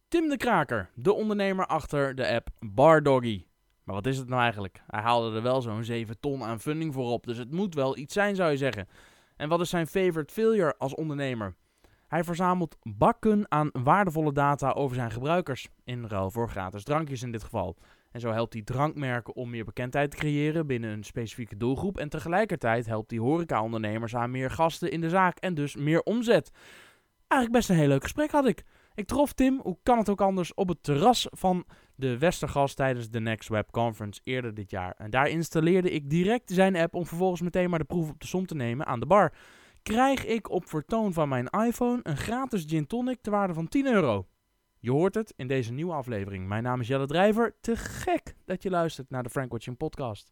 Tim de Kraker, de ondernemer achter de app Bardoggy. Maar wat is het nou eigenlijk? Hij haalde er wel zo'n 7 ton aan funding voor op, dus het moet wel iets zijn, zou je zeggen. En wat is zijn favorite failure als ondernemer? Hij verzamelt bakken aan waardevolle data over zijn gebruikers, in ruil voor gratis drankjes in dit geval. En zo helpt hij drankmerken om meer bekendheid te creëren binnen een specifieke doelgroep. En tegelijkertijd helpt hij horecaondernemers aan meer gasten in de zaak en dus meer omzet. Eigenlijk best een heel leuk gesprek had ik. Ik trof Tim, hoe kan het ook anders, op het terras van de Westergas tijdens de Next Web Conference eerder dit jaar. En daar installeerde ik direct zijn app om vervolgens meteen maar de proef op de som te nemen aan de bar. Krijg ik op vertoon van mijn iPhone een gratis gin tonic ter waarde van €10. Je hoort het in deze nieuwe aflevering. Mijn naam is Jelle Drijver. Te gek dat je luistert naar de Frank Watching podcast.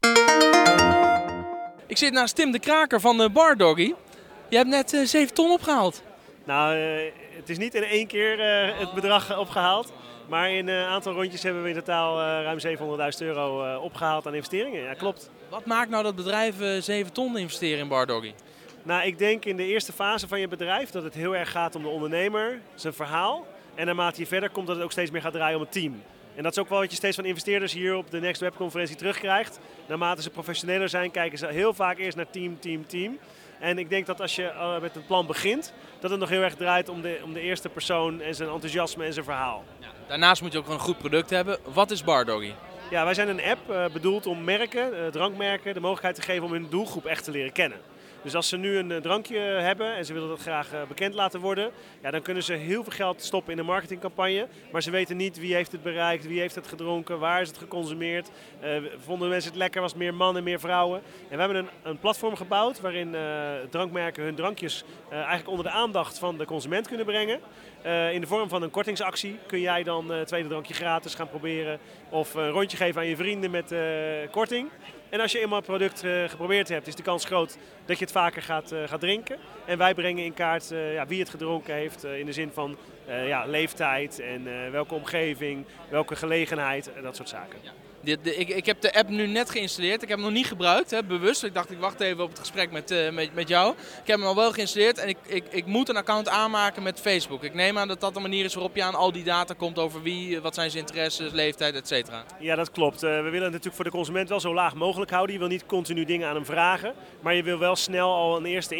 Ik zit naast Tim de Kraker van Bardoggy. Je hebt net 7 ton opgehaald. Nou, het is niet in één keer het bedrag opgehaald. Maar in een aantal rondjes hebben we in totaal ruim €700.000 opgehaald aan investeringen. Ja, klopt. Wat maakt nou dat bedrijven 7 ton investeren in Bardoggy? Nou, ik denk in de eerste fase van je bedrijf dat het heel erg gaat om de ondernemer, zijn verhaal. En naarmate je verder komt dat het ook steeds meer gaat draaien om het team. En dat is ook wel wat je steeds van investeerders hier op de Next Web conferentie terugkrijgt. Naarmate ze professioneler zijn, kijken ze heel vaak eerst naar team. En ik denk dat als je met een plan begint, dat het nog heel erg draait om de eerste persoon en zijn enthousiasme en zijn verhaal. Ja, daarnaast moet je ook een goed product hebben. Wat is Bardoggy? Ja, wij zijn een app bedoeld om merken, drankmerken, de mogelijkheid te geven om hun doelgroep echt te leren kennen. Dus als ze nu een drankje hebben en ze willen dat graag bekend laten worden, ja, dan kunnen ze heel veel geld stoppen in een marketingcampagne. Maar ze weten niet wie heeft het bereikt, wie heeft het gedronken, waar is het geconsumeerd. Vonden mensen het lekker, was het meer mannen, meer vrouwen. En we hebben een platform gebouwd waarin drankmerken hun drankjes eigenlijk onder de aandacht van de consument kunnen brengen. In de vorm van een kortingsactie kun jij dan het tweede drankje gratis gaan proberen of een rondje geven aan je vrienden met korting. En als je eenmaal het product geprobeerd hebt, is de kans groot dat je het vaker gaat drinken. En wij brengen in kaart wie het gedronken heeft in de zin van leeftijd en welke omgeving, welke gelegenheid en dat soort zaken. Ja. Ik heb de app nu net geïnstalleerd. Ik heb hem nog niet gebruikt, bewust. Ik dacht, ik wacht even op het gesprek met jou. Ik heb hem al wel geïnstalleerd en ik moet een account aanmaken met Facebook. Ik neem aan dat dat de manier is waarop je aan al die data komt over wie, wat zijn zijn interesses, leeftijd, et cetera. Ja, dat klopt. We willen het natuurlijk voor de consument wel zo laag mogelijk houden. Je wil niet continu dingen aan hem vragen, maar je wil wel snel al een eerste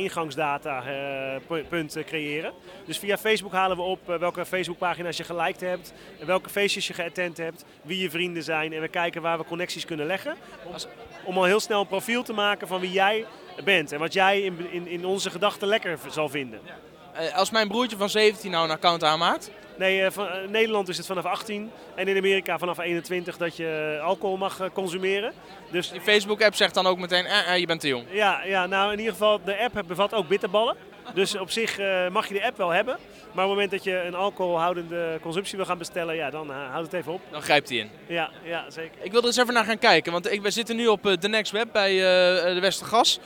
ingangsdatapunt creëren. Dus via Facebook halen we op welke Facebookpagina's je geliked hebt, welke feestjes je geattend hebt, wie je vrienden zijn en we kijken waar we connecties kunnen leggen. Om al heel snel een profiel te maken van wie jij bent en wat jij in onze gedachten lekker zal vinden. Als mijn broertje van 17 nou een account aanmaakt? Nee, in Nederland is het vanaf 18 en in Amerika vanaf 21 dat je alcohol mag consumeren. Dus die Facebook-app zegt dan ook meteen, je bent te jong. Ja, nou in ieder geval, de app bevat ook bitterballen. Dus op zich mag je de app wel hebben. Maar op het moment dat je een alcoholhoudende consumptie wil gaan bestellen, ja, dan houdt het even op. Dan grijpt hij in. Ja, zeker. Ik wil er eens even naar gaan kijken, want we zitten nu op de Next Web bij de Westergas.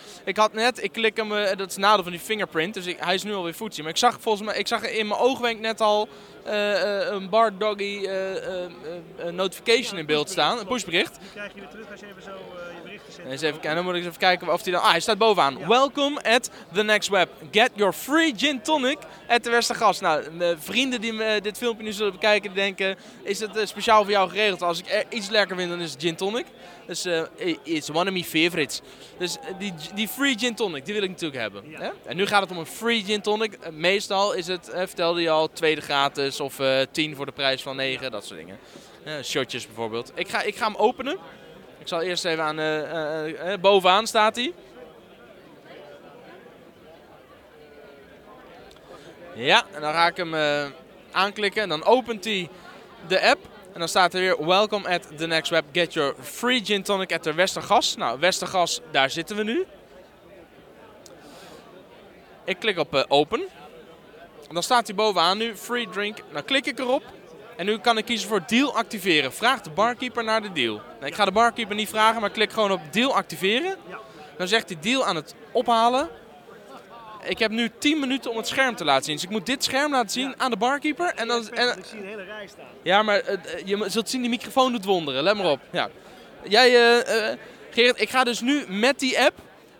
Ik klik hem, dat is het nadeel van die fingerprint, dus hij is nu alweer footsie. Maar ik zag in mijn oogwenk net al een Bardoggy notification in beeld staan, een pushbericht. Die krijg je weer terug als je even zo je berichtje zet. Dan moet ik eens even kijken of hij dan... hij staat bovenaan. Ja. Welcome at the Next Web. Get your free gin tonic at the Westergas. Nou, vrienden die dit filmpje nu zullen bekijken, die denken, is het speciaal voor jou geregeld? Als ik iets lekker vind, dan is het gin tonic. Dus it's one of my favorites. Dus die free gin tonic, die wil ik natuurlijk hebben. Ja. Hè? En nu gaat het om een free gin tonic. Meestal is het, vertelde je al, tweede gratis of 10 voor de prijs van 9, dat soort dingen. Shotjes bijvoorbeeld. Ik ga hem openen. Ik zal eerst even aan, bovenaan staat hij. Ja, en dan ga ik hem aanklikken en dan opent hij de app. En dan staat er weer, welcome at the Next Web, get your free gin tonic at the Westergas. Nou, Westergas, daar zitten we nu. Ik klik op open. En dan staat hij bovenaan nu, free drink. Dan klik ik erop. En nu kan ik kiezen voor deal activeren. Vraag de barkeeper naar de deal. Nou, ik ga de barkeeper niet vragen, maar ik klik gewoon op deal activeren. Dan zegt hij deal aan het ophalen. Ik heb nu 10 minuten om het scherm te laten zien. Dus ik moet dit scherm laten zien aan de barkeeper. Ik zie een hele rij staan. Ja, maar je zult zien, die microfoon doet wonderen. Let maar op. Ja. Gerrit, ik ga dus nu met die app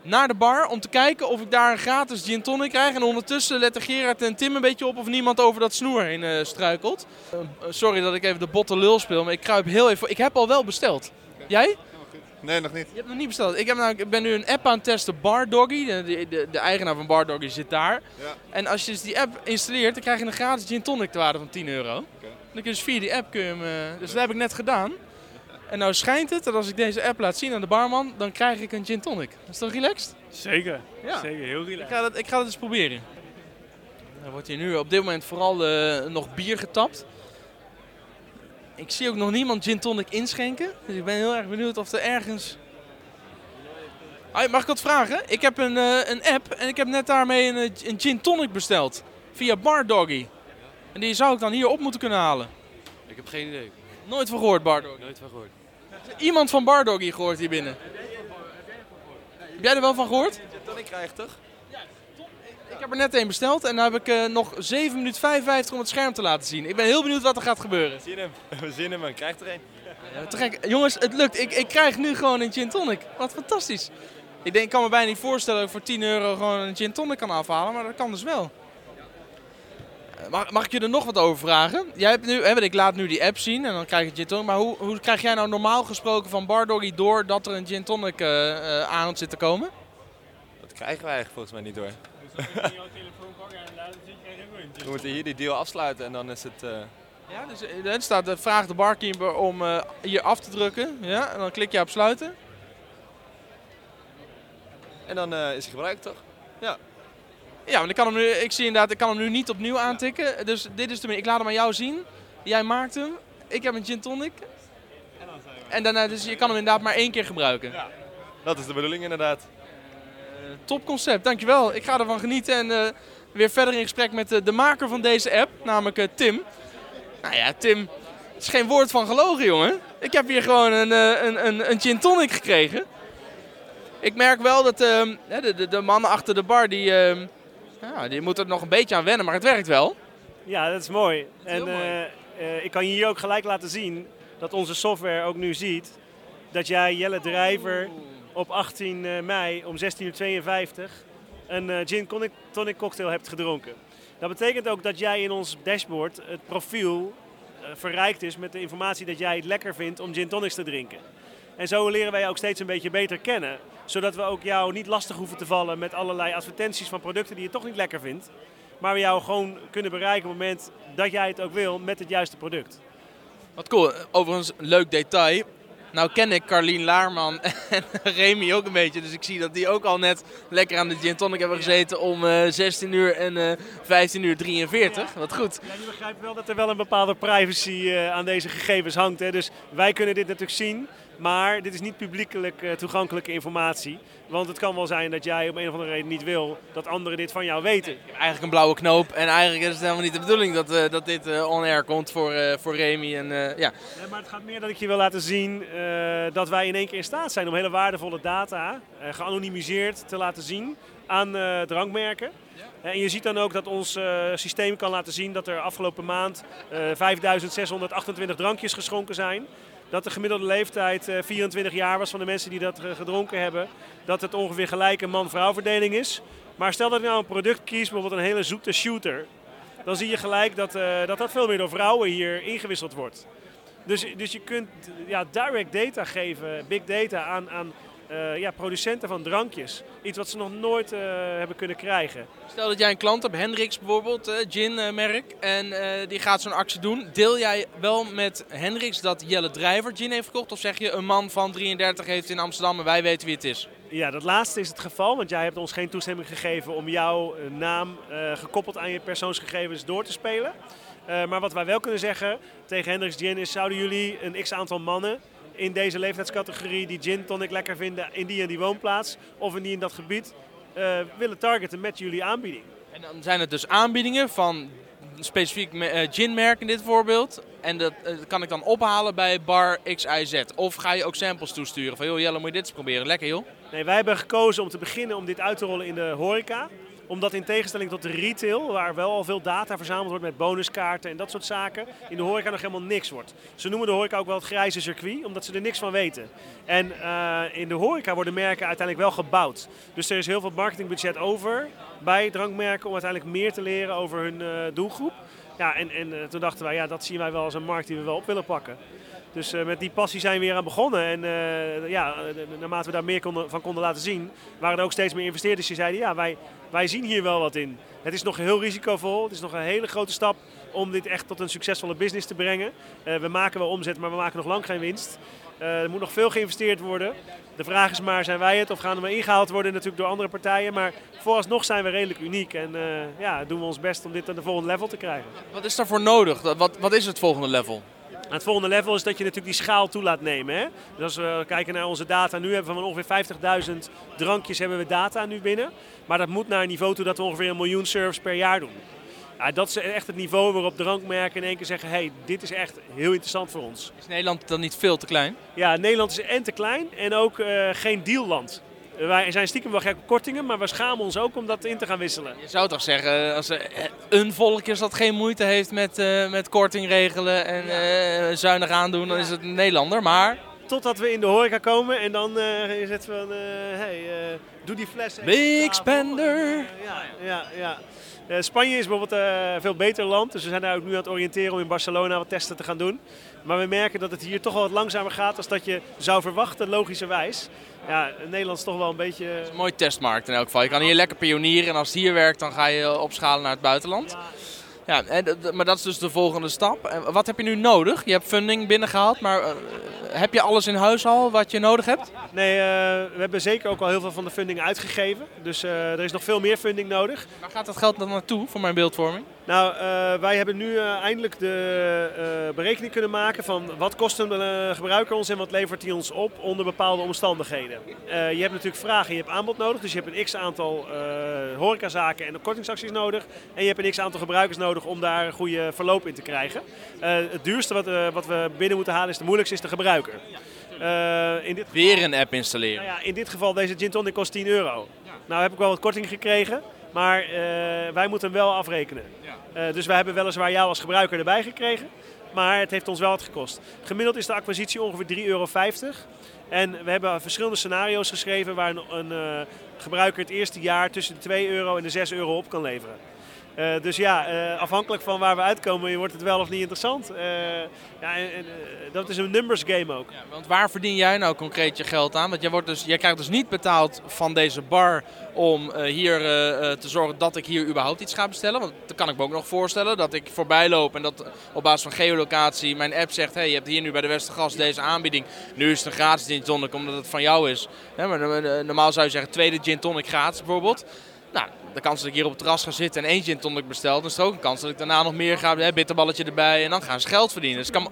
naar de bar om te kijken of ik daar een gratis gin tonic krijg. En ondertussen letten Gerard en Tim een beetje op of niemand over dat snoer heen struikelt. Sorry dat ik even de botte lul speel, maar ik kruip heel even voor. Ik heb al wel besteld. Jij? Nee, nog niet. Je hebt nog niet besteld. Ik ben nu een app aan het testen, Bar Doggy. De eigenaar van Bar Doggy zit daar. Ja. En als je dus die app installeert, dan krijg je een gratis gin tonic ter waarde van €10. Dan kun je dus via die app dus dat heb ik net gedaan. En nou schijnt het dat als ik deze app laat zien aan de barman, dan krijg ik een gin tonic. Dat is toch relaxed? Zeker, Ja. zeker, heel relaxed. Ik ga dat eens proberen. Er wordt hier nu op dit moment vooral nog bier getapt. Ik zie ook nog niemand gin tonic inschenken. Dus ik ben heel erg benieuwd of er ergens... Mag ik wat vragen? Ik heb een app en ik heb net daarmee een gin tonic besteld. Via Bar Doggy. En die zou ik dan hier op moeten kunnen halen. Ik heb geen idee. Nooit van gehoord, Bar Doggy. Nooit van gehoord. Iemand van Bar Doggy gehoord hier binnen? Heb jij er wel van gehoord? Dat ik krijg toch? Ik heb er net één besteld en dan heb ik nog 7 minuten 55 om het scherm te laten zien. Ik ben heel benieuwd wat er gaat gebeuren. Zien hem. We zien hem en krijgt er een. Ja, te gek. Jongens, het lukt. Ik krijg nu gewoon een gin tonic. Wat fantastisch. Ik kan me bijna niet voorstellen dat ik voor €10 gewoon een gin tonic kan afhalen, maar dat kan dus wel. Mag ik je er nog wat over vragen? Jij hebt nu, ik laat nu die app zien en dan krijg je gin tonic. Maar hoe krijg jij nou normaal gesproken van Bar Doggy door dat er een gin tonic aan zit te komen? Dat krijgen wij eigenlijk volgens mij niet door. We moeten hier die deal afsluiten en dan is het... Ja, dus er staat, vraag de barkeeper om hier af te drukken. Ja, en dan klik je op sluiten. En dan is hij gebruikt toch? Ja. Ja, want ik zie inderdaad, ik kan hem nu niet opnieuw aantikken. Dus dit is ik laat hem aan jou zien. Jij maakt hem. Ik heb een gin tonic. En daarna, dus je kan hem inderdaad maar 1 keer gebruiken. Ja. Dat is de bedoeling inderdaad. Top concept, dankjewel. Ik ga ervan genieten en weer verder in gesprek met de maker van deze app, namelijk Tim. Nou ja, Tim, het is geen woord van gelogen, jongen. Ik heb hier gewoon een gin tonic gekregen. Ik merk wel dat de mannen achter de bar, die moeten er nog een beetje aan wennen, maar het werkt wel. Ja, dat is mooi. Heel mooi. Ik kan je hier ook gelijk laten zien dat onze software ook nu ziet dat jij, Jelle Drijver, op 18 mei om 16:52 een gin tonic cocktail hebt gedronken. Dat betekent ook dat jij in ons dashboard het profiel verrijkt is met de informatie dat jij het lekker vindt om gin tonics te drinken. En zo leren wij jou ook steeds een beetje beter kennen. Zodat we ook jou niet lastig hoeven te vallen met allerlei advertenties van producten die je toch niet lekker vindt. Maar we jou gewoon kunnen bereiken op het moment dat jij het ook wil met het juiste product. Wat cool. Overigens, leuk detail. Nou ken ik Carlien Laarman en Remy ook een beetje. Dus ik zie dat die ook al net lekker aan de gin tonic hebben gezeten om 16 uur en 15:43. Wat goed. Ja, je begrijpt wel dat er wel een bepaalde privacy aan deze gegevens hangt. Hè? Dus wij kunnen dit natuurlijk zien. Maar dit is niet publiekelijk toegankelijke informatie. Want het kan wel zijn dat jij om een of andere reden niet wil dat anderen dit van jou weten. Ik heb eigenlijk een blauwe knoop en eigenlijk is het helemaal niet de bedoeling dat dit on-air komt voor Remy. En, ja. Nee, maar het gaat meer dat ik je wil laten zien dat wij in één keer in staat zijn om hele waardevolle data geanonimiseerd te laten zien aan drankmerken. En je ziet dan ook dat ons systeem kan laten zien dat er afgelopen maand 5.628 drankjes geschonken zijn. Dat de gemiddelde leeftijd 24 jaar was van de mensen die dat gedronken hebben. Dat het ongeveer gelijk een man-vrouw verdeling is. Maar stel dat je nou een product kiest, bijvoorbeeld een hele zoete shooter. Dan zie je gelijk dat veel meer door vrouwen hier ingewisseld wordt. Dus je kunt direct data geven, big data aan producenten van drankjes. Iets wat ze nog nooit hebben kunnen krijgen. Stel dat jij een klant hebt, Hendrix bijvoorbeeld, gin-merk, en die gaat zo'n actie doen. Deel jij wel met Hendrix dat Jelle Drijver gin heeft verkocht? Of zeg je een man van 33 heeft in Amsterdam en wij weten wie het is? Ja, dat laatste is het geval, want jij hebt ons geen toestemming gegeven om jouw naam gekoppeld aan je persoonsgegevens door te spelen. Maar wat wij wel kunnen zeggen tegen Hendrix Gin is, zouden jullie een x-aantal mannen in deze leeftijdscategorie die gin tonic lekker vinden in die en die woonplaats of in die in dat gebied willen targeten met jullie aanbieding. En dan zijn het dus aanbiedingen van specifiek ginmerk in dit voorbeeld. En dat kan ik dan ophalen bij bar XIZ. Of ga je ook samples toesturen van joh Jelle, moet je dit eens proberen. Lekker joh. Nee, wij hebben gekozen om te beginnen om dit uit te rollen in de horeca. Omdat in tegenstelling tot de retail, waar wel al veel data verzameld wordt met bonuskaarten en dat soort zaken, in de horeca nog helemaal niks wordt. Ze noemen de horeca ook wel het grijze circuit, omdat ze er niks van weten. En in de horeca worden merken uiteindelijk wel gebouwd. Dus er is heel veel marketingbudget over bij drankmerken om uiteindelijk meer te leren over hun doelgroep. Ja, en toen dachten wij, dat zien wij wel als een markt die we wel op willen pakken. Dus met die passie zijn we weer aan begonnen. En naarmate we daar meer van konden laten zien, waren er ook steeds meer investeerders die zeiden, wij zien hier wel wat in. Het is nog heel risicovol, het is nog een hele grote stap om dit echt tot een succesvolle business te brengen. We maken wel omzet, maar we maken nog lang geen winst. Er moet nog veel geïnvesteerd worden. De vraag is maar, zijn wij het of gaan we maar ingehaald worden natuurlijk door andere partijen. Maar vooralsnog zijn we redelijk uniek en doen we ons best om dit aan de volgende level te krijgen. Wat is daarvoor nodig? Wat is het volgende level? Het volgende level is dat je natuurlijk die schaal toe laat nemen. Hè? Dus als we kijken naar onze data, nu hebben we van ongeveer 50.000 drankjes hebben we data nu binnen. Maar dat moet naar een niveau toe dat we ongeveer 1 miljoen serves per jaar doen. Ja, dat is echt het niveau waarop drankmerken in één keer zeggen, hey, dit is echt heel interessant voor ons. Is Nederland dan niet veel te klein? Ja, Nederland is en te klein en ook geen dealland. Wij zijn stiekem wel gek op kortingen, maar we schamen ons ook om dat in te gaan wisselen. Je zou toch zeggen, als een volk is dat geen moeite heeft met korting regelen en zuinig aandoen, dan is het een Nederlander, maar... Totdat we in de horeca komen en dan is het van, doe die fles even. Big spender! Ja. Spanje is bijvoorbeeld een veel beter land, dus we zijn daar ook nu aan het oriënteren om in Barcelona wat testen te gaan doen. Maar we merken dat het hier toch wel wat langzamer gaat dan dat je zou verwachten, logischerwijs. Ja, Nederland is toch wel een beetje... Het is een mooie testmarkt in elk geval. Je kan hier lekker pionieren en als het hier werkt, dan ga je opschalen naar het buitenland. Ja, maar dat is dus de volgende stap. En wat heb je nu nodig? Je hebt funding binnengehaald, maar heb je alles in huis al wat je nodig hebt? Nee, we hebben zeker ook al heel veel van de funding uitgegeven. Dus er is nog veel meer funding nodig. Waar gaat dat geld dan naartoe voor mijn beeldvorming? Nou, wij hebben nu eindelijk de berekening kunnen maken van wat kost een gebruiker ons en wat levert hij ons op onder bepaalde omstandigheden. Je hebt natuurlijk vraag en je hebt aanbod nodig. Dus je hebt een x-aantal horecazaken en kortingsacties nodig. En je hebt een x-aantal gebruikers nodig om daar een goede verloop in te krijgen. Het duurste wat we binnen moeten halen is de moeilijkste, is de gebruiker. Weer een app installeren? Nou ja, in dit geval, deze gin tonic kost €10. Nou heb ik wel wat korting gekregen, maar wij moeten hem wel afrekenen. Dus wij hebben weliswaar jou als gebruiker erbij gekregen, maar het heeft ons wel wat gekost. Gemiddeld is de acquisitie ongeveer €3,50. En we hebben verschillende scenario's geschreven waar een gebruiker het eerste jaar tussen de €2 en de €6 op kan leveren. Dus afhankelijk van waar we uitkomen, wordt het wel of niet interessant. Dat is een numbers game ook. Ja, want waar verdien jij nou concreet je geld aan? Want jij krijgt dus niet betaald van deze bar om hier te zorgen dat ik hier überhaupt iets ga bestellen. Want dat kan ik me ook nog voorstellen, dat ik voorbij loop en dat op basis van geolocatie mijn app zegt, hey, je hebt hier nu bij de Westergast deze aanbieding. Nu is het een gratis gin tonic omdat het van jou is. Ja, maar normaal zou je zeggen tweede gin tonic gratis bijvoorbeeld. Nou, de kans dat ik hier op het terras ga zitten en 1 gin tonic bestel, dan is er ook een kans dat ik daarna nog meer ga, bitterballetje erbij en dan gaan ze geld verdienen. Dus kan...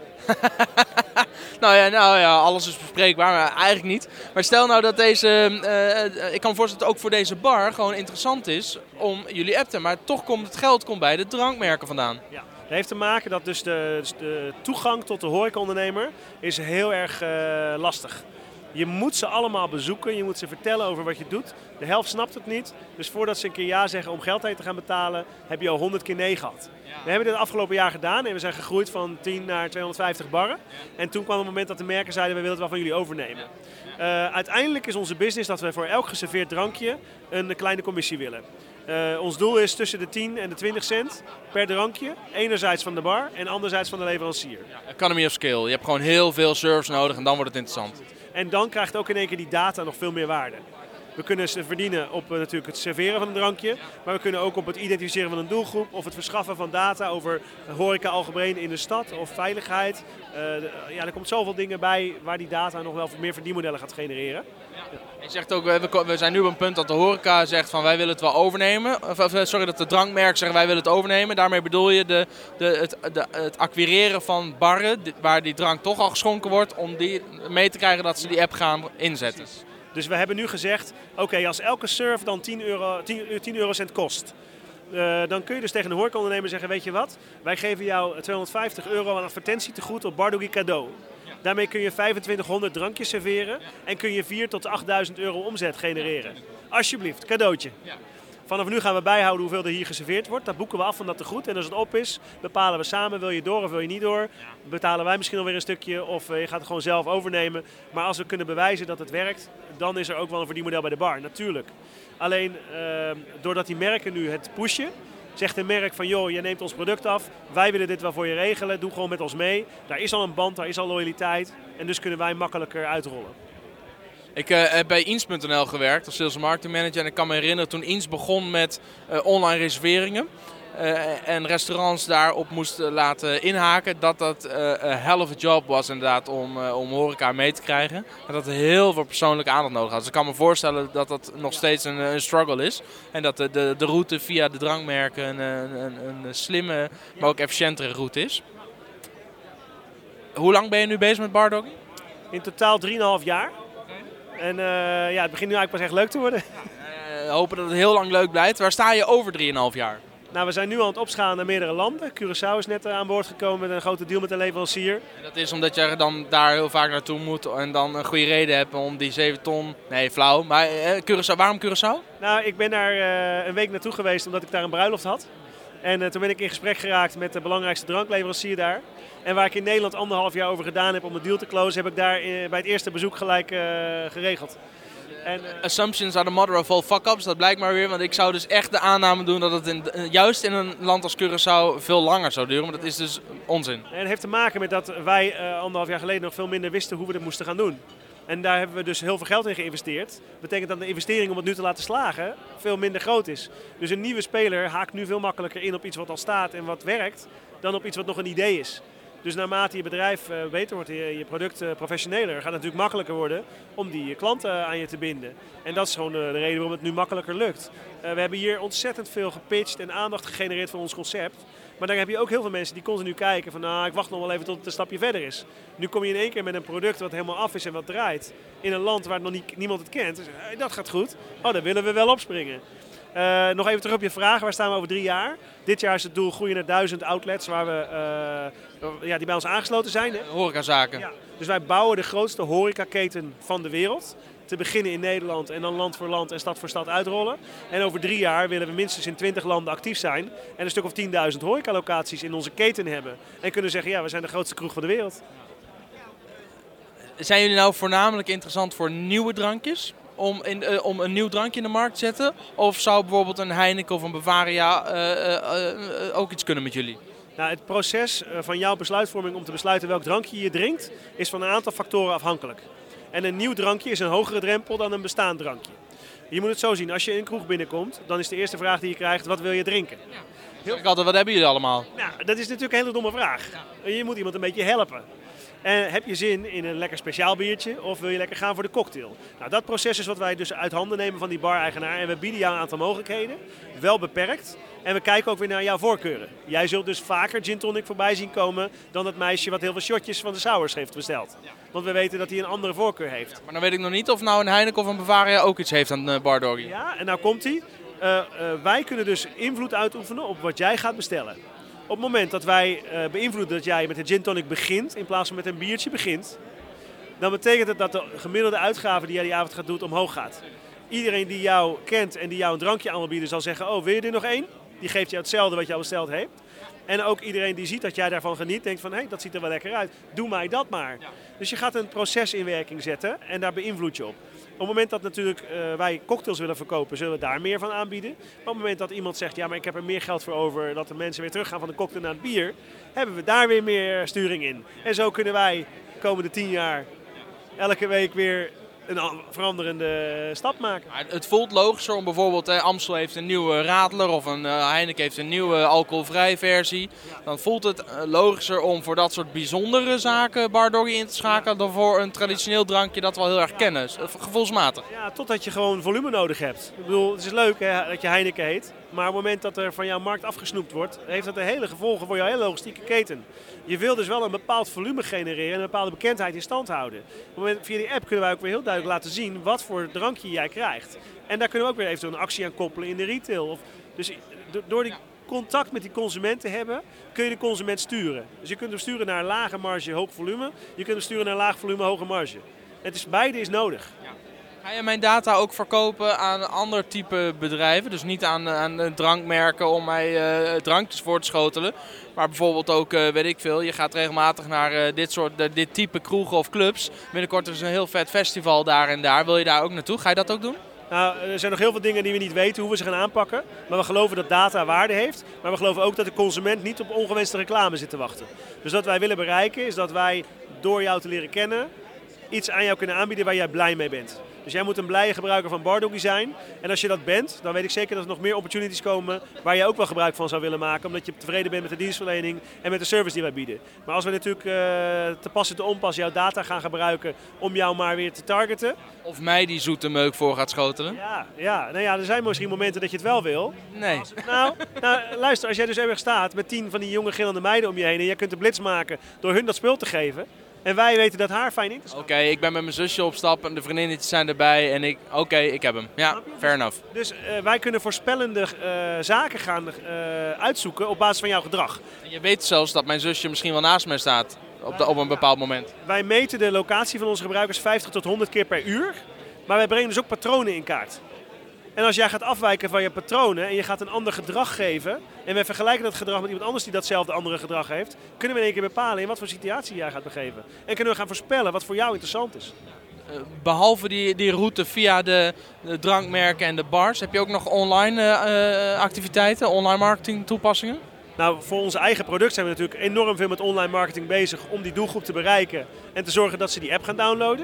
nou ja, alles is bespreekbaar, maar eigenlijk niet. Maar stel nou dat ik kan me voorstellen dat het ook voor deze bar gewoon interessant is om jullie app te, maar toch komt het geld bij de drankmerken vandaan. Ja. Dat heeft te maken dat dus de toegang tot de horecaondernemer is heel erg lastig. Je moet ze allemaal bezoeken, je moet ze vertellen over wat je doet. De helft snapt het niet, dus voordat ze een keer ja zeggen om geld te gaan betalen, heb je al 100 keer nee gehad. Ja. We hebben dit het afgelopen jaar gedaan en we zijn gegroeid van 10 naar 250 barren. Ja. En toen kwam het moment dat de merken zeiden, we willen het wel van jullie overnemen. Ja. Uiteindelijk is onze business dat we voor elk geserveerd drankje een kleine commissie willen. Ons doel is tussen de 10 en de 20 cent per drankje. Enerzijds van de bar en anderzijds van de leverancier. Ja, economy of scale. Je hebt gewoon heel veel service nodig en dan wordt het interessant. En dan krijgt ook in één keer die data nog veel meer waarde. We kunnen verdienen op natuurlijk het serveren van een drankje. Maar we kunnen ook op het identificeren van een doelgroep. Of het verschaffen van data over horeca algemeen in de stad. Of veiligheid. Er komt zoveel dingen bij waar die data nog wel meer verdienmodellen gaat genereren. Ja. Je zegt ook, we zijn nu op een punt dat de horeca zegt van wij willen het wel overnemen. Dat de drankmerk zegt wij willen het overnemen. Daarmee bedoel je het acquireren van barren waar die drank toch al geschonken wordt. Om die mee te krijgen dat ze die app gaan inzetten. Dus we hebben nu gezegd, oké, als elke serve dan 10 eurocent kost. Dan kun je dus tegen de horecaondernemer zeggen, weet je wat? Wij geven jou €250 aan advertentie tegoed op Bar.Dogie cadeau. Daarmee kun je 2500 drankjes serveren en kun je €4.000 tot €8.000 omzet genereren. Alsjeblieft, cadeautje. Vanaf nu gaan we bijhouden hoeveel er hier geserveerd wordt. Dat boeken we af van dat tegoed. En als het op is, bepalen we samen, wil je door of wil je niet door. Betalen wij misschien alweer een stukje of je gaat het gewoon zelf overnemen. Maar als we kunnen bewijzen dat het werkt, dan is er ook wel een verdienmodel bij de bar, natuurlijk. Alleen, doordat die merken nu het pushen, zegt een merk van joh, je neemt ons product af, wij willen dit wel voor je regelen, doe gewoon met ons mee. Daar is al een band, daar is al loyaliteit en dus kunnen wij makkelijker uitrollen. Ik heb bij Eens.nl gewerkt als sales en marketing manager en ik kan me herinneren toen Eens begon met online reserveringen en restaurants daarop moesten laten inhaken, dat hell of a job was inderdaad om horeca mee te krijgen. En dat er heel veel persoonlijke aandacht nodig had. Dus ik kan me voorstellen dat dat nog steeds een struggle is. En dat de route via de drankmerken een slimme, maar ook efficiëntere route is. Hoe lang ben je nu bezig met Bar Doggy? In totaal 3,5 jaar. En het begint nu eigenlijk pas echt leuk te worden. Hopen dat het heel lang leuk blijft. Waar sta je over 3,5 jaar? Nou, we zijn nu aan het opschalen naar meerdere landen. Curaçao is net aan boord gekomen met een grote deal met een leverancier. En dat is omdat je dan daar heel vaak naartoe moet en dan een goede reden hebt om die 7 ton... Nee, flauw. Maar Curaçao, waarom Curaçao? Nou, ik ben daar een week naartoe geweest omdat ik daar een bruiloft had. En toen ben ik in gesprek geraakt met de belangrijkste drankleverancier daar. En waar ik in Nederland 1,5 jaar over gedaan heb om de deal te closen, heb ik daar bij het eerste bezoek gelijk geregeld. En, Assumptions are the mother of all fuck-ups, dat blijkt maar weer. Want ik zou dus echt de aanname doen dat het juist in een land als Curaçao veel langer zou duren. Maar dat is dus onzin. En het heeft te maken met dat wij 1,5 jaar geleden nog veel minder wisten hoe we dit moesten gaan doen. En daar hebben we dus heel veel geld in geïnvesteerd. Dat betekent dat de investering om het nu te laten slagen veel minder groot is. Dus een nieuwe speler haakt nu veel makkelijker in op iets wat al staat en wat werkt, dan op iets wat nog een idee is. Dus naarmate je bedrijf beter wordt, je product professioneler, gaat het natuurlijk makkelijker worden om die klanten aan je te binden. En dat is gewoon de reden waarom het nu makkelijker lukt. We hebben hier ontzettend veel gepitcht en aandacht gegenereerd voor ons concept. Maar dan heb je ook heel veel mensen die continu kijken van nou, ik wacht nog wel even tot het een stapje verder is. Nu kom je in één keer met een product wat helemaal af is en wat draait in een land waar nog niemand het kent. Dus, dat gaat goed. Oh, daar willen we wel opspringen. Nog even terug op je vraag, waar staan we over 3 jaar? Dit jaar is het doel groeien naar 1000 outlets waar die bij ons aangesloten zijn. Hè? Horecazaken. Ja. Dus wij bouwen de grootste horecaketen van de wereld. Te beginnen in Nederland en dan land voor land en stad voor stad uitrollen. En over 3 jaar willen we minstens in 20 landen actief zijn. En een stuk of 10.000 horecalocaties in onze keten hebben. En kunnen zeggen, ja, we zijn de grootste kroeg van de wereld. Zijn jullie nou voornamelijk interessant voor nieuwe drankjes? Om een nieuw drankje in de markt te zetten? Of zou bijvoorbeeld een Heineken of een Bavaria ook iets kunnen met jullie? Nou, het proces van jouw besluitvorming om te besluiten welk drankje je drinkt, is van een aantal factoren afhankelijk. En een nieuw drankje is een hogere drempel dan een bestaand drankje. Je moet het zo zien, als je in een kroeg binnenkomt, dan is de eerste vraag die je krijgt, wat wil je drinken? Ik altijd, wat hebben jullie allemaal? Nou, dat is natuurlijk een hele domme vraag. Ja. Je moet iemand een beetje helpen. En heb je zin in een lekker speciaal biertje of wil je lekker gaan voor de cocktail? Nou, dat proces is wat wij dus uit handen nemen van die bar-eigenaar. En we bieden jou een aantal mogelijkheden, wel beperkt. En we kijken ook weer naar jouw voorkeuren. Jij zult dus vaker gin tonic voorbij zien komen dan dat meisje wat heel veel shotjes van de sours heeft besteld. Want we weten dat hij een andere voorkeur heeft. Maar dan weet ik nog niet of nou een Heineken of een Bavaria ook iets heeft aan Bar Doggy. Ja, en nou komt hij. Wij kunnen dus invloed uitoefenen op wat jij gaat bestellen. Op het moment dat wij beïnvloeden dat jij met een gin tonic begint, in plaats van met een biertje begint, dan betekent het dat de gemiddelde uitgave die jij die avond gaat doen omhoog gaat. Iedereen die jou kent en die jou een drankje aan wil bieden zal zeggen, oh, wil je er nog één? Die geeft jou hetzelfde wat je al besteld heeft. En ook iedereen die ziet dat jij daarvan geniet, denkt van, hé, dat ziet er wel lekker uit. Doe mij dat maar. Ja. Dus je gaat een proces in werking zetten en daar beïnvloed je op. Op het moment dat natuurlijk wij cocktails willen verkopen, zullen we daar meer van aanbieden. Maar op het moment dat iemand zegt, ja, maar ik heb er meer geld voor over, dat de mensen weer teruggaan van de cocktail naar het bier, hebben we daar weer meer sturing in. En zo kunnen wij de komende 10 jaar elke week weer een veranderende stap maken. Het voelt logischer om bijvoorbeeld, Amstel heeft een nieuwe Radler of een Heineken heeft een nieuwe alcoholvrij versie. Dan voelt het logischer om voor dat soort bijzondere zaken Bar Doggy in te schakelen dan voor een traditioneel drankje dat we al heel erg kennen, gevoelsmatig. Ja, totdat je gewoon volume nodig hebt. Ik bedoel, het is leuk dat je Heineken heet, maar op het moment dat er van jouw markt afgesnoept wordt, heeft dat een hele gevolgen voor jouw hele logistieke keten. Je wil dus wel een bepaald volume genereren en een bepaalde bekendheid in stand houden. Op het moment, via die app kunnen wij ook weer heel duidelijk laten zien wat voor drankje jij krijgt. En daar kunnen we ook weer eventueel een actie aan koppelen in de retail. Dus door die contact met die consument te hebben, kun je de consument sturen. Dus je kunt hem sturen naar een lage marge, hoog volume. Je kunt hem sturen naar een laag volume, hoge marge. Beide is nodig. Ja. Ga je mijn data ook verkopen aan ander type bedrijven? Dus niet aan drankmerken om mij drankjes voor te schotelen. Maar bijvoorbeeld ook, weet ik veel, je gaat regelmatig naar dit type kroegen of clubs. Binnenkort is een heel vet festival daar en daar. Wil je daar ook naartoe? Ga je dat ook doen? Nou, er zijn nog heel veel dingen die we niet weten hoe we ze gaan aanpakken. Maar we geloven dat data waarde heeft. Maar we geloven ook dat de consument niet op ongewenste reclame zit te wachten. Dus wat wij willen bereiken is dat wij door jou te leren kennen iets aan jou kunnen aanbieden waar jij blij mee bent. Dus jij moet een blije gebruiker van Bardoggy zijn. En als je dat bent, dan weet ik zeker dat er nog meer opportunities komen waar je ook wel gebruik van zou willen maken. Omdat je tevreden bent met de dienstverlening en met de service die wij bieden. Maar als we natuurlijk te pas en te onpas jouw data gaan gebruiken om jou maar weer te targeten. Of mij die zoete meuk voor gaat schotelen? Nou ja, er zijn misschien momenten dat je het wel wil. Nee. Nou, luister, als jij dus erg staat met 10 van die jonge gillende meiden om je heen en jij kunt de blitz maken door hun dat spul te geven. En wij weten dat haar fijn in te Oké, ik ben met mijn zusje op stap en de vriendinnetjes zijn erbij en ik heb hem. Ja, fair enough. Dus wij kunnen voorspellende zaken gaan uitzoeken op basis van jouw gedrag. En je weet zelfs dat mijn zusje misschien wel naast mij staat op een bepaald moment. Wij meten de locatie van onze gebruikers 50 tot 100 keer per uur. Maar wij brengen dus ook patronen in kaart. En als jij gaat afwijken van je patronen en je gaat een ander gedrag geven. En wij vergelijken dat gedrag met iemand anders die datzelfde andere gedrag heeft. Kunnen we in één keer bepalen in wat voor situatie jij gaat begeven. En kunnen we gaan voorspellen wat voor jou interessant is. Behalve die route via de drankmerken en de bars, heb je ook nog online activiteiten, online marketing toepassingen? Nou, voor ons eigen product zijn we natuurlijk enorm veel met online marketing bezig om die doelgroep te bereiken. En te zorgen dat ze die app gaan downloaden.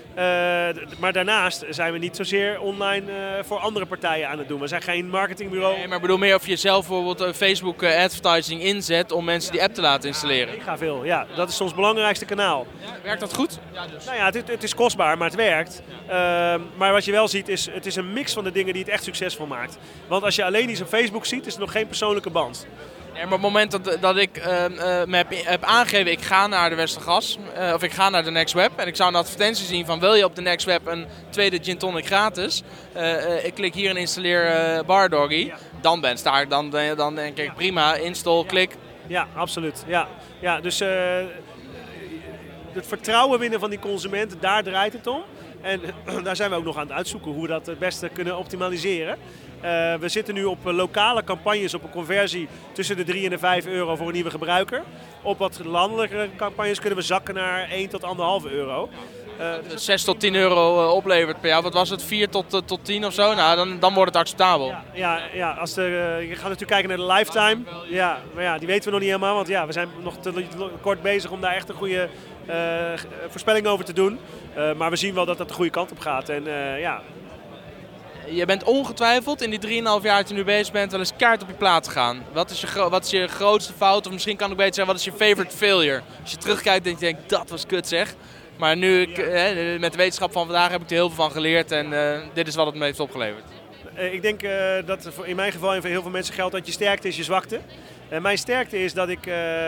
Maar daarnaast zijn we niet zozeer online voor andere partijen aan het doen. We zijn geen marketingbureau. Nee, maar ik bedoel meer of je zelf bijvoorbeeld Facebook advertising inzet om mensen die app te laten installeren. Ik ga veel, ja. Dat is ons belangrijkste kanaal. Ja, werkt dat goed? Ja, dus. Nou ja, het is kostbaar, maar het werkt. Maar wat je wel ziet is, het is een mix van de dingen die het echt succesvol maakt. Want als je alleen iets op Facebook ziet, is er nog geen persoonlijke band. Ja, maar op het moment dat ik me heb aangegeven, ik ga naar de Westergas, of ik ga naar de Next Web en ik zou een advertentie zien van wil je op de Next Web een tweede gin tonic gratis, ik klik hier en installeer Bardoggy, dan denk ik prima, install, klik. Ja, absoluut. Ja, dus het vertrouwen winnen van die consument, daar draait het om. En daar zijn we ook nog aan het uitzoeken hoe we dat het beste kunnen optimaliseren. We zitten nu op lokale campagnes op een conversie tussen de 3 en de 5 euro voor een nieuwe gebruiker. Op wat landelijke campagnes kunnen we zakken naar 1 tot 1,5 euro. 6 tot 10 euro oplevert per jaar. Wat was het? 4 tot 10 of zo? Nou, dan wordt het acceptabel. Ja, je gaat natuurlijk kijken naar de lifetime. Ja, maar ja, die weten we nog niet helemaal. Want ja, we zijn nog te kort bezig om daar echt een goede voorspelling over te doen. Maar we zien wel dat dat de goede kant op gaat. En ja... Je bent ongetwijfeld in die 3,5 jaar dat je nu bezig bent wel eens kaart op je plaat gegaan. Wat is je grootste fout? Of misschien kan ik beter zeggen, wat is je favorite failure? Als je terugkijkt en je denkt, dat was kut zeg. Maar nu, met de wetenschap van vandaag heb ik er heel veel van geleerd en dit is wat het me heeft opgeleverd. Ik denk dat in mijn geval en voor heel veel mensen geldt dat je sterkte is je zwakte. Mijn sterkte is dat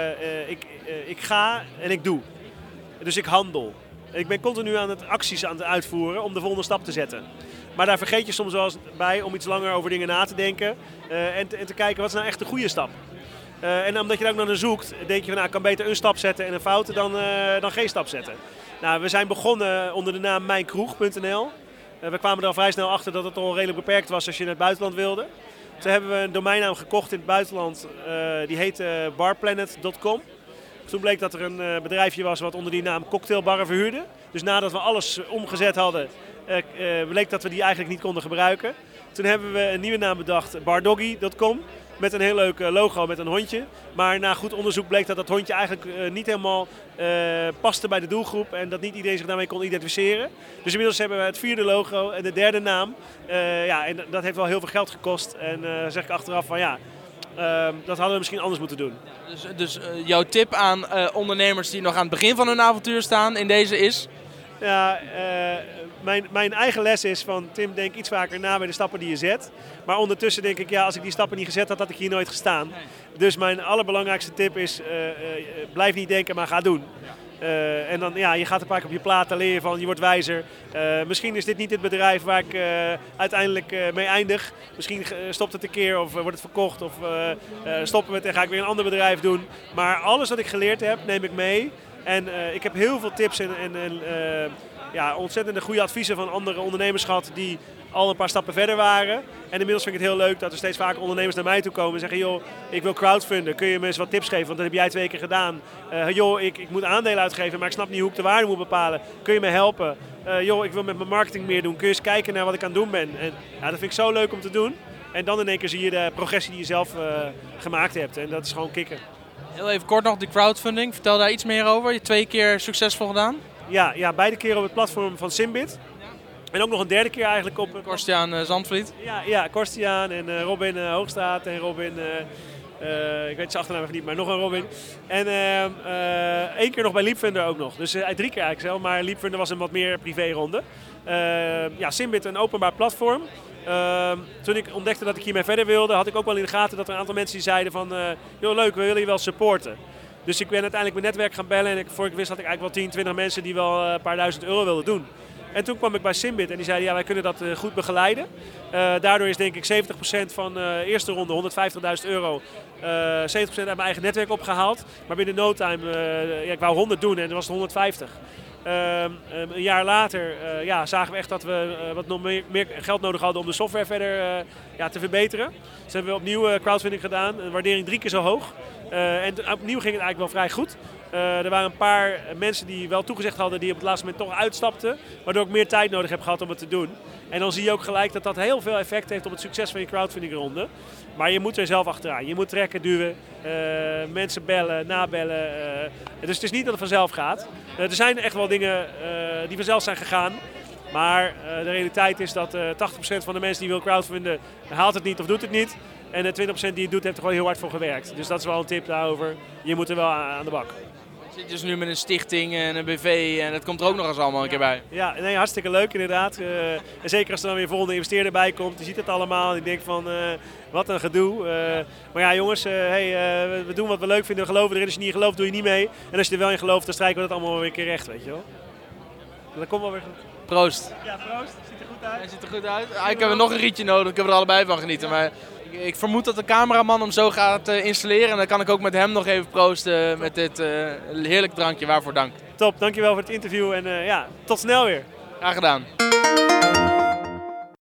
ik ga en ik doe. Dus ik handel. Ik ben continu acties aan het uitvoeren om de volgende stap te zetten. Maar daar vergeet je soms wel eens bij om iets langer over dingen na te denken en te kijken wat is nou echt de goede stap. En omdat je daar ook naar zoekt, denk je van ik kan beter een stap zetten en een fout dan geen stap zetten. Nou, we zijn begonnen onder de naam mijnkroeg.nl. We kwamen er al vrij snel achter dat het al redelijk beperkt was als je naar het buitenland wilde. Toen hebben we een domeinnaam gekocht in het buitenland, die heette barplanet.com. Toen bleek dat er een bedrijfje was wat onder die naam cocktailbarren verhuurde. Dus nadat we alles omgezet hadden, bleek dat we die eigenlijk niet konden gebruiken. Toen hebben we een nieuwe naam bedacht, bardoggy.com. Met een heel leuk logo met een hondje. Maar na goed onderzoek bleek dat hondje eigenlijk niet helemaal paste bij de doelgroep. En dat niet iedereen zich daarmee kon identificeren. Dus inmiddels hebben we het 4e logo en de 3e naam. En dat heeft wel heel veel geld gekost. En zeg ik achteraf van dat hadden we misschien anders moeten doen. Dus jouw tip aan ondernemers die nog aan het begin van hun avontuur staan in deze is? Ja, mijn eigen les is van Tim, denk iets vaker na bij de stappen die je zet. Maar ondertussen denk ik, als ik die stappen niet gezet had, had ik hier nooit gestaan. Nee. Dus mijn allerbelangrijkste tip is, blijf niet denken, maar ga doen. En dan, je gaat een paar keer op je plaat, daar leer je van, je wordt wijzer. Misschien is dit niet het bedrijf waar ik uiteindelijk mee eindig. Misschien stopt het een keer of wordt het verkocht of stoppen we het en ga ik weer een ander bedrijf doen. Maar alles wat ik geleerd heb, neem ik mee. En ik heb heel veel tips en ontzettende goede adviezen van andere ondernemers gehad die al een paar stappen verder waren. En inmiddels vind ik het heel leuk dat er steeds vaker ondernemers naar mij toe komen en zeggen, joh, ik wil crowdfunden, kun je me eens wat tips geven? Want dat heb jij 2 keer gedaan. Joh, ik moet aandelen uitgeven, maar ik snap niet hoe ik de waarde moet bepalen. Kun je me helpen? Joh, ik wil met mijn marketing meer doen. Kun je eens kijken naar wat ik aan het doen ben? En dat vind ik zo leuk om te doen. En dan in één keer zie je de progressie die je zelf gemaakt hebt. En dat is gewoon kicken. Heel even kort nog, die crowdfunding. Vertel daar iets meer over. Je 2 keer succesvol gedaan. Ja, beide keren op het platform van Symbit. En ook nog een derde keer eigenlijk op... Korstiaan Zandvliet. Ja, Korstiaan en Robin Hoogstraat en Robin... ik weet zijn achternaam even niet, maar nog een Robin. En 1 keer nog bij Leapfunder ook nog. Dus 3 keer eigenlijk zelf, maar Leapfunder was een wat meer privéronde. Symbit, een openbaar platform. Toen ik ontdekte dat ik hiermee verder wilde, had ik ook wel in de gaten dat er een aantal mensen die zeiden van... joh, leuk, we willen je wel supporten. Dus ik ben uiteindelijk mijn netwerk gaan bellen en voor ik wist had ik eigenlijk wel 10, 20 mensen die wel een paar duizend euro wilden doen. En toen kwam ik bij Symbit en die zeiden, ja, wij kunnen dat goed begeleiden. Daardoor is denk ik 70% van de eerste ronde, €150.000, 70% uit mijn eigen netwerk opgehaald. Maar binnen no time, ik wou 100 doen en dan was het 150. Een jaar later zagen we echt dat we wat nog meer geld nodig hadden om de software verder te verbeteren. Dus hebben we opnieuw crowdfunding gedaan, een waardering 3 keer zo hoog. En opnieuw ging het eigenlijk wel vrij goed. Er waren een paar mensen die wel toegezegd hadden die op het laatste moment toch uitstapten. Waardoor ik meer tijd nodig heb gehad om het te doen. En dan zie je ook gelijk dat dat heel veel effect heeft op het succes van je crowdfunding ronde. Maar je moet er zelf achteraan. Je moet trekken, duwen, mensen bellen, nabellen. Dus het is niet dat het vanzelf gaat. Er zijn echt wel dingen die vanzelf zijn gegaan. Maar de realiteit is dat 80% van de mensen die wil crowdfunden haalt het niet of doet het niet. En de 20% die het doet heeft er gewoon heel hard voor gewerkt. Dus dat is wel een tip daarover. Je moet er wel aan de bak. Je zit dus nu met een stichting en een BV en dat komt er ook nog eens allemaal een keer bij. Ja, nee, hartstikke leuk inderdaad. En zeker als er dan weer een volgende investeerder bij komt. Die ziet het allemaal en die denkt van wat een gedoe. Maar ja jongens, we doen wat we leuk vinden. We geloven erin. Als je niet gelooft, doe je niet mee. En als je er wel in gelooft, dan strijken we dat allemaal weer een keer recht, weet je wel. Dat komt wel weer goed. Proost. Ja, proost. Ziet er goed uit. Hij ziet er goed uit. Ik heb er nog een rietje nodig, ik heb er allebei van genieten. Maar ik vermoed dat de cameraman hem zo gaat installeren. En dan kan ik ook met hem nog even proosten met dit heerlijk drankje. Waarvoor dank. Top, dankjewel voor het interview en tot snel weer. Graag gedaan.